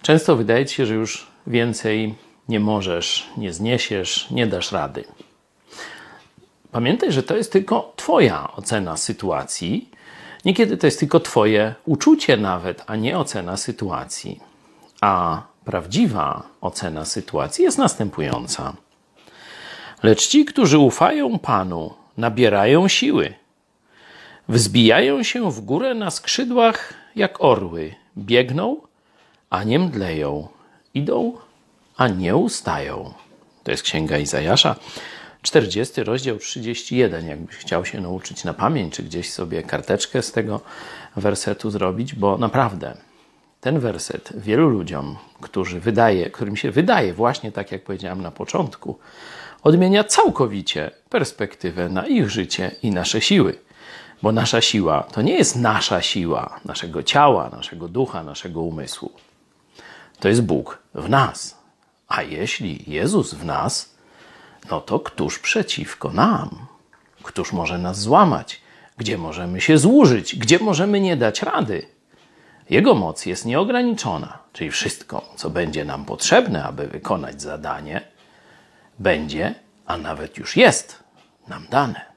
Często wydaje ci się, że już więcej nie możesz, nie zniesiesz, nie dasz rady. Pamiętaj, że to jest tylko twoja ocena sytuacji. Niekiedy to jest tylko twoje uczucie nawet, a nie ocena sytuacji. A prawdziwa ocena sytuacji jest następująca. Lecz ci, którzy ufają Panu, nabierają siły. Wzbijają się w górę na skrzydłach jak orły. Biegną, a nie mdleją. Idą, a nie ustają. To jest Księga Izajasza, 40 rozdział 31. Jakbyś chciał się nauczyć na pamięć, czy gdzieś sobie karteczkę z tego wersetu zrobić, bo naprawdę ten werset wielu ludziom, którym się wydaje właśnie tak, jak powiedziałem na początku, odmienia całkowicie perspektywę na ich życie i nasze siły. Bo nasza siła to nie jest nasza siła, naszego ciała, naszego ducha, naszego umysłu. To jest Bóg w nas. A jeśli Jezus w nas, no to któż przeciwko nam? Któż może nas złamać? Gdzie możemy się złużyć? Gdzie możemy nie dać rady? Jego moc jest nieograniczona, czyli wszystko, co będzie nam potrzebne, aby wykonać zadanie, będzie, a nawet już jest nam dane.